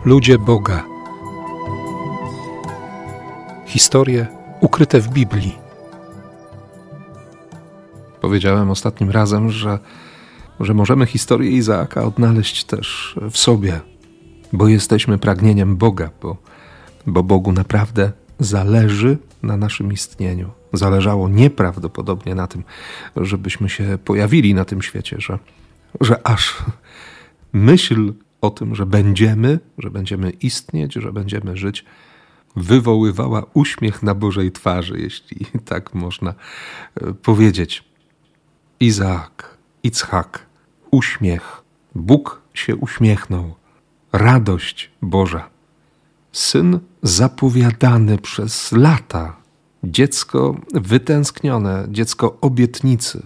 Ludzie Boga. Historie ukryte w Biblii. Powiedziałem ostatnim razem, że możemy historię Izaaka odnaleźć też w sobie, bo jesteśmy pragnieniem Boga, bo Bogu naprawdę zależy na naszym istnieniu. Zależało nieprawdopodobnie na tym, żebyśmy się pojawili na tym świecie, że aż myśl o tym, że będziemy istnieć, że będziemy żyć, wywoływała uśmiech na Bożej twarzy, jeśli tak można powiedzieć. Izaak, Ichak, uśmiech. Bóg się uśmiechnął. Radość Boża. Syn zapowiadany przez lata. Dziecko wytęsknione, dziecko obietnicy.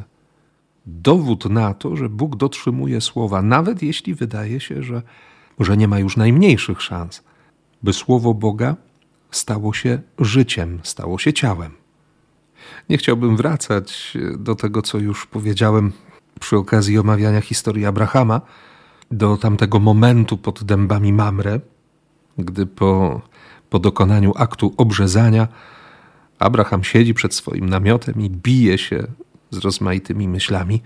Dowód na to, że Bóg dotrzymuje słowa, nawet jeśli wydaje się, że nie ma już najmniejszych szans, by słowo Boga stało się życiem, stało się ciałem. Nie chciałbym wracać do tego, co już powiedziałem przy okazji omawiania historii Abrahama, do tamtego momentu pod dębami Mamre, gdy po dokonaniu aktu obrzezania Abraham siedzi przed swoim namiotem i bije się z rozmaitymi myślami,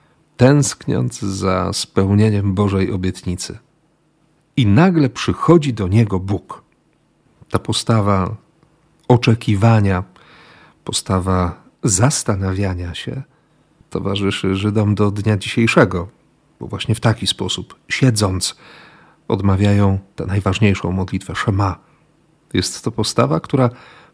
tęskniąc za spełnieniem Bożej obietnicy. I nagle przychodzi do niego Bóg. Ta postawa oczekiwania, postawa zastanawiania się towarzyszy Żydom do dnia dzisiejszego, bo właśnie w taki sposób, siedząc, odmawiają tę najważniejszą modlitwę Szema. Jest to postawa, która,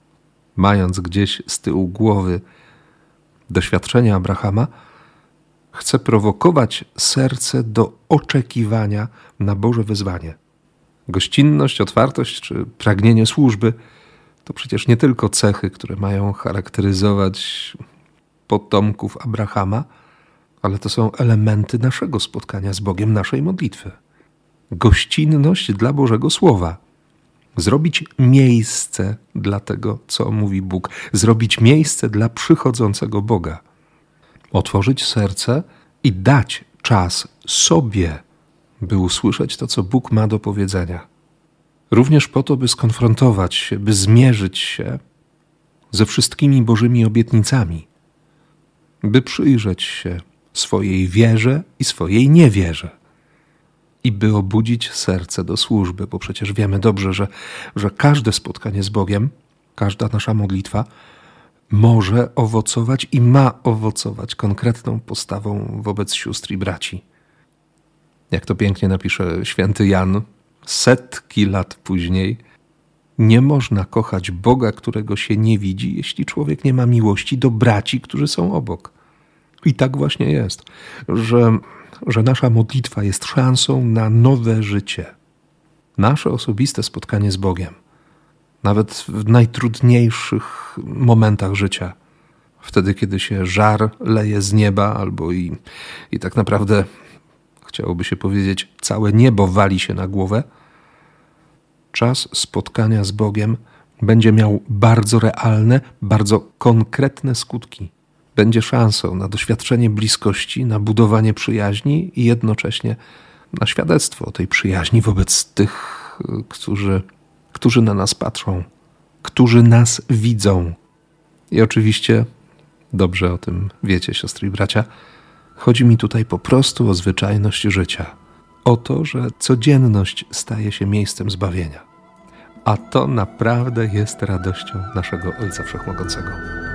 mając gdzieś z tyłu głowy doświadczenia Abrahama, chce prowokować serce do oczekiwania na Boże wyzwanie. Gościnność, otwartość czy pragnienie służby to przecież nie tylko cechy, które mają charakteryzować potomków Abrahama, ale to są elementy naszego spotkania z Bogiem, naszej modlitwy. Gościnność dla Bożego Słowa. Zrobić miejsce dla tego, co mówi Bóg. Zrobić miejsce dla przychodzącego Boga. Otworzyć serce i dać czas sobie, by usłyszeć to, co Bóg ma do powiedzenia. Również po to, by skonfrontować się, by zmierzyć się ze wszystkimi Bożymi obietnicami. By przyjrzeć się swojej wierze i swojej niewierze. I by obudzić serce do służby, bo przecież wiemy dobrze, że każde spotkanie z Bogiem, każda nasza modlitwa może owocować i ma owocować konkretną postawą wobec sióstr i braci. Jak to pięknie napisze święty Jan, setki lat później, nie można kochać Boga, którego się nie widzi, jeśli człowiek nie ma miłości do braci, którzy są obok. I tak właśnie jest, że nasza modlitwa jest szansą na nowe życie. Nasze osobiste spotkanie z Bogiem, nawet w najtrudniejszych momentach życia, wtedy, kiedy się żar leje z nieba albo i tak naprawdę, chciałoby się powiedzieć, całe niebo wali się na głowę, czas spotkania z Bogiem będzie miał bardzo realne, bardzo konkretne skutki. Będzie szansą na doświadczenie bliskości, na budowanie przyjaźni i jednocześnie na świadectwo tej przyjaźni wobec tych, którzy na nas patrzą, którzy nas widzą. I oczywiście, dobrze o tym wiecie, siostry i bracia, chodzi mi tutaj po prostu o zwyczajność życia. O to, że codzienność staje się miejscem zbawienia. A to naprawdę jest radością naszego Ojca Wszechmogącego.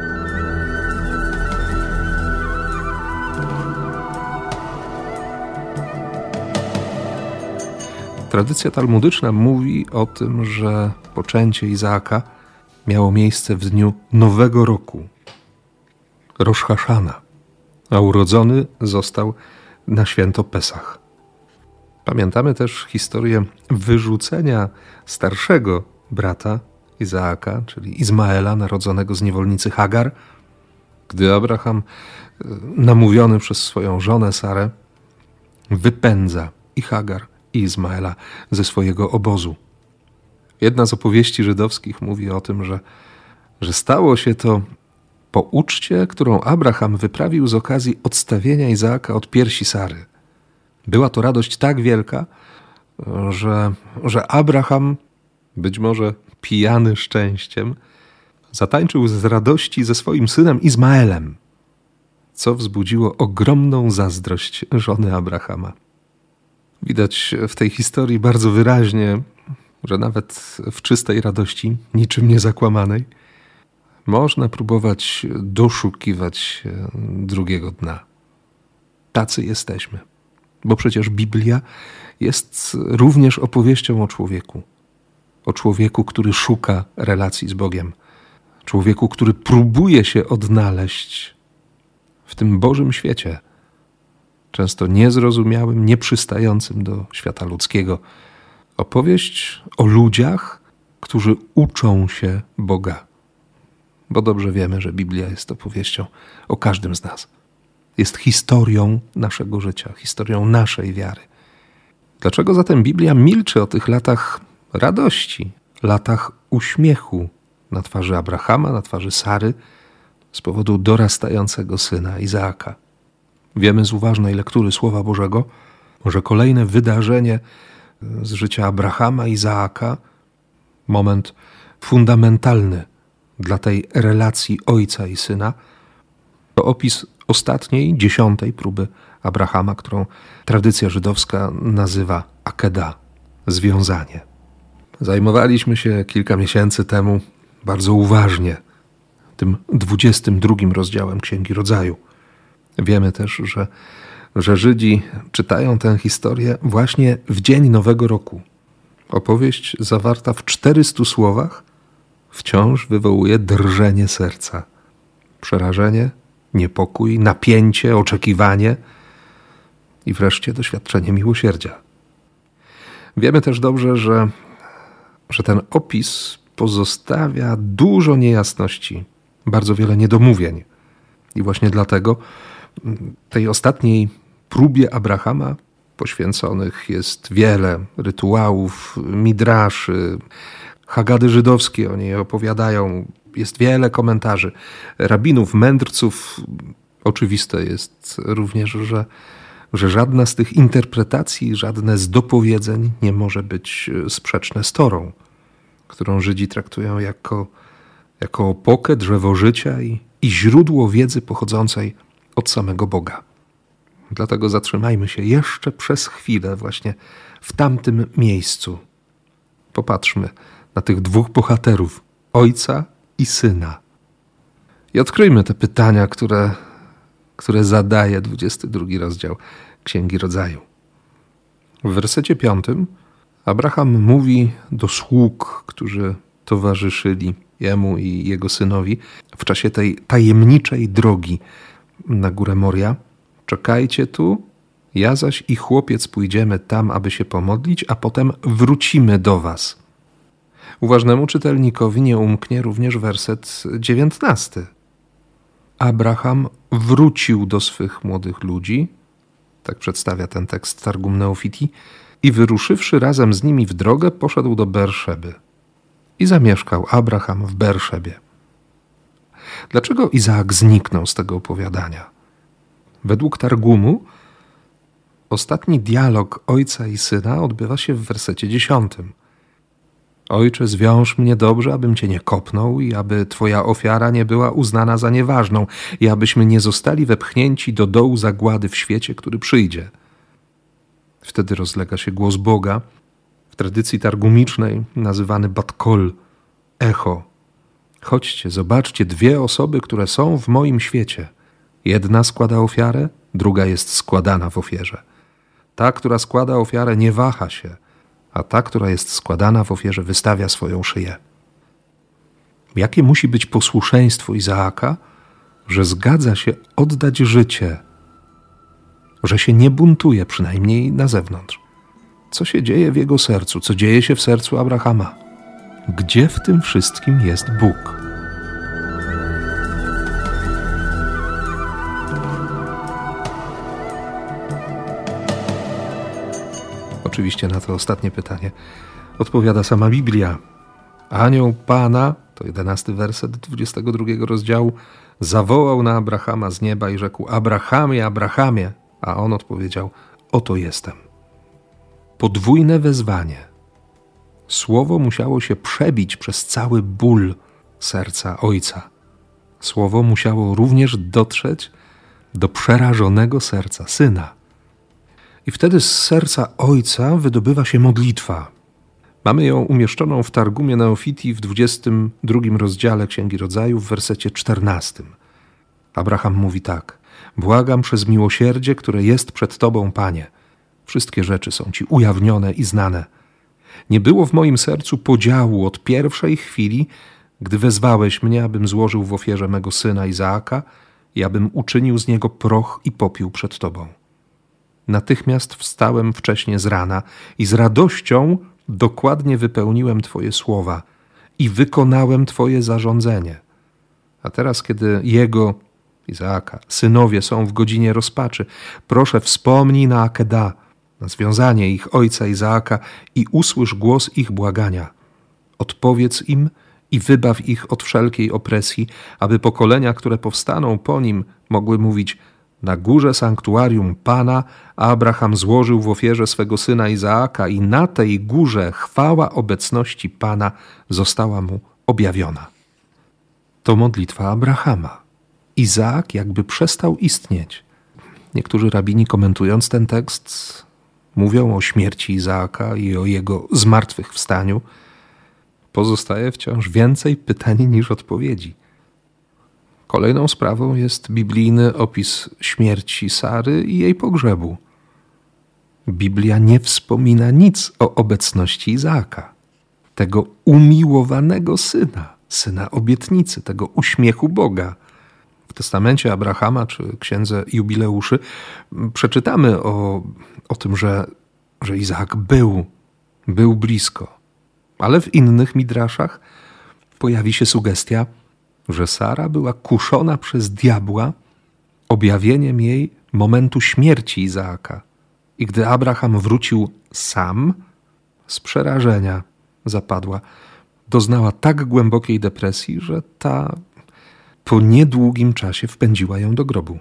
Tradycja talmudyczna mówi o tym, że poczęcie Izaaka miało miejsce w dniu Nowego Roku, Rosh Haszana, a urodzony został na święto Pesach. Pamiętamy też historię wyrzucenia starszego brata Izaaka, czyli Izmaela, narodzonego z niewolnicy Hagar, gdy Abraham, namówiony przez swoją żonę Sarę, wypędza i Hagar, i Izmaela ze swojego obozu. Jedna z opowieści żydowskich mówi o tym, że stało się to po uczcie, którą Abraham wyprawił z okazji odstawienia Izaaka od piersi Sary. Była to radość tak wielka, że Abraham, być może pijany szczęściem, zatańczył z radości ze swoim synem Izmaelem, co wzbudziło ogromną zazdrość żony Abrahama. Widać w tej historii bardzo wyraźnie, że nawet w czystej radości, niczym nie zakłamanej, można próbować doszukiwać się drugiego dna. Tacy jesteśmy, bo przecież Biblia jest również opowieścią o człowieku, który szuka relacji z Bogiem, człowieku, który próbuje się odnaleźć w tym Bożym świecie, często niezrozumiałym, nieprzystającym do świata ludzkiego. Opowieść o ludziach, którzy uczą się Boga. Bo dobrze wiemy, że Biblia jest opowieścią o każdym z nas. Jest historią naszego życia, historią naszej wiary. Dlaczego zatem Biblia milczy o tych latach radości, latach uśmiechu na twarzy Abrahama, na twarzy Sary, z powodu dorastającego syna Izaaka? Wiemy z uważnej lektury Słowa Bożego, że kolejne wydarzenie z życia Abrahama i Izaaka, moment fundamentalny dla tej relacji ojca i syna, to opis ostatniej, 10. próby Abrahama, którą tradycja żydowska nazywa akeda, związanie. Zajmowaliśmy się kilka miesięcy temu bardzo uważnie tym 22 rozdziałem Księgi Rodzaju. Wiemy też, że Żydzi czytają tę historię właśnie w dzień Nowego Roku. Opowieść zawarta w 400 słowach wciąż wywołuje drżenie serca, przerażenie, niepokój, napięcie, oczekiwanie i wreszcie doświadczenie miłosierdzia. Wiemy też dobrze, że ten opis pozostawia dużo niejasności, bardzo wiele niedomówień. I właśnie dlatego tej ostatniej próbie Abrahama poświęconych jest wiele rytuałów, midraszy, Hagady żydowskie o niej opowiadają, jest wiele komentarzy rabinów, mędrców. Oczywiste jest również, że żadna z tych interpretacji, żadne z dopowiedzeń nie może być sprzeczne z Torą, którą Żydzi traktują jako opokę, drzewo życia i źródło wiedzy pochodzącej od samego Boga. Dlatego zatrzymajmy się jeszcze przez chwilę właśnie w tamtym miejscu. Popatrzmy na tych dwóch bohaterów, ojca i syna. I odkryjmy te pytania, które zadaje 22 rozdział Księgi Rodzaju. W wersecie 5 Abraham mówi do sług, którzy towarzyszyli jemu i jego synowi w czasie tej tajemniczej drogi na górę Moria: czekajcie tu, ja zaś i chłopiec pójdziemy tam, aby się pomodlić, a potem wrócimy do was. Uważnemu czytelnikowi nie umknie również werset 19. Abraham wrócił do swych młodych ludzi, tak przedstawia ten tekst Targum Neofiti, i wyruszywszy razem z nimi w drogę, poszedł do Berszeby. I zamieszkał Abraham w Berszebie. Dlaczego Izaak zniknął z tego opowiadania? Według Targumu ostatni dialog ojca i syna odbywa się w wersecie 10. Ojcze, zwiąż mnie dobrze, abym cię nie kopnął i aby twoja ofiara nie była uznana za nieważną i abyśmy nie zostali wepchnięci do dołu zagłady w świecie, który przyjdzie. Wtedy rozlega się głos Boga, w tradycji targumicznej nazywany bat-kol, echo. Chodźcie, zobaczcie 2 osoby, które są w moim świecie. Jedna składa ofiarę, druga jest składana w ofierze. Ta, która składa ofiarę, nie waha się, a ta, która jest składana w ofierze, wystawia swoją szyję. Jakie musi być posłuszeństwo Izaaka, że zgadza się oddać życie, że się nie buntuje, przynajmniej na zewnątrz. Co się dzieje w jego sercu? Co dzieje się w sercu Abrahama? Gdzie w tym wszystkim jest Bóg? Oczywiście na to ostatnie pytanie odpowiada sama Biblia. Anioł Pana, to 11 werset 22 rozdziału, zawołał na Abrahama z nieba i rzekł: Abrahamie, Abrahamie, a on odpowiedział: oto jestem. podwójne wezwanie. Słowo musiało się przebić przez cały ból serca ojca. Słowo musiało również dotrzeć do przerażonego serca syna. I wtedy z serca ojca wydobywa się modlitwa. Mamy ją umieszczoną w Targumie Neofiti w 22 rozdziale Księgi Rodzaju w wersecie 14. Abraham mówi tak: błagam przez miłosierdzie, które jest przed Tobą, Panie. Wszystkie rzeczy są Ci ujawnione i znane. Nie było w moim sercu podziału od pierwszej chwili, gdy wezwałeś mnie, abym złożył w ofierze mego syna Izaaka i abym uczynił z niego proch i popiół przed Tobą. Natychmiast wstałem wcześnie z rana i z radością dokładnie wypełniłem Twoje słowa i wykonałem Twoje zarządzenie. A teraz, kiedy jego, Izaaka, synowie są w godzinie rozpaczy, proszę, wspomnij na Akedah, na związanie ich ojca Izaaka i usłysz głos ich błagania. Odpowiedz im i wybaw ich od wszelkiej opresji, aby pokolenia, które powstaną po nim, mogły mówić: na górze sanktuarium Pana Abraham złożył w ofierze swego syna Izaaka i na tej górze chwała obecności Pana została mu objawiona. To modlitwa Abrahama. Izaak jakby przestał istnieć. Niektórzy rabini, komentując ten tekst, mówią o śmierci Izaaka i o jego zmartwychwstaniu. Pozostaje wciąż więcej pytań niż odpowiedzi. Kolejną sprawą jest biblijny opis śmierci Sary i jej pogrzebu. Biblia nie wspomina nic o obecności Izaaka, tego umiłowanego syna obietnicy, tego uśmiechu Boga. W testamencie Abrahama czy księdze Jubileuszy przeczytamy o tym, że Izaak był blisko. Ale w innych midraszach pojawi się sugestia, że Sara była kuszona przez diabła objawieniem jej momentu śmierci Izaaka. I gdy Abraham wrócił sam, z przerażenia zapadła, doznała tak głębokiej depresji, że ta po niedługim czasie wpędziła ją do grobu.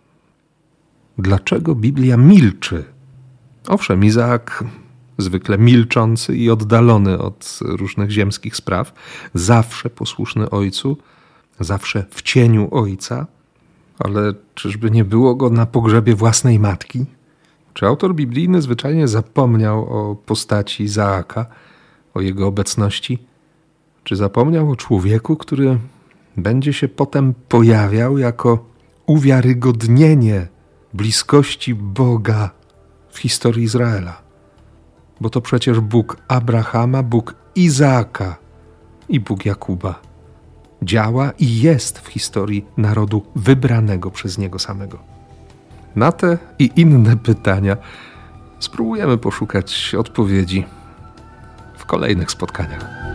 Dlaczego Biblia milczy? Owszem, Izaak, zwykle milczący i oddalony od różnych ziemskich spraw, zawsze posłuszny ojcu, zawsze w cieniu ojca, ale czyżby nie było go na pogrzebie własnej matki? Czy autor biblijny zwyczajnie zapomniał o postaci Izaaka, o jego obecności? Czy zapomniał o człowieku, który będzie się potem pojawiał jako uwiarygodnienie bliskości Boga w historii Izraela? Bo to przecież Bóg Abrahama, Bóg Izaaka i Bóg Jakuba działa i jest w historii narodu wybranego przez Niego samego. Na te i inne pytania spróbujemy poszukać odpowiedzi w kolejnych spotkaniach.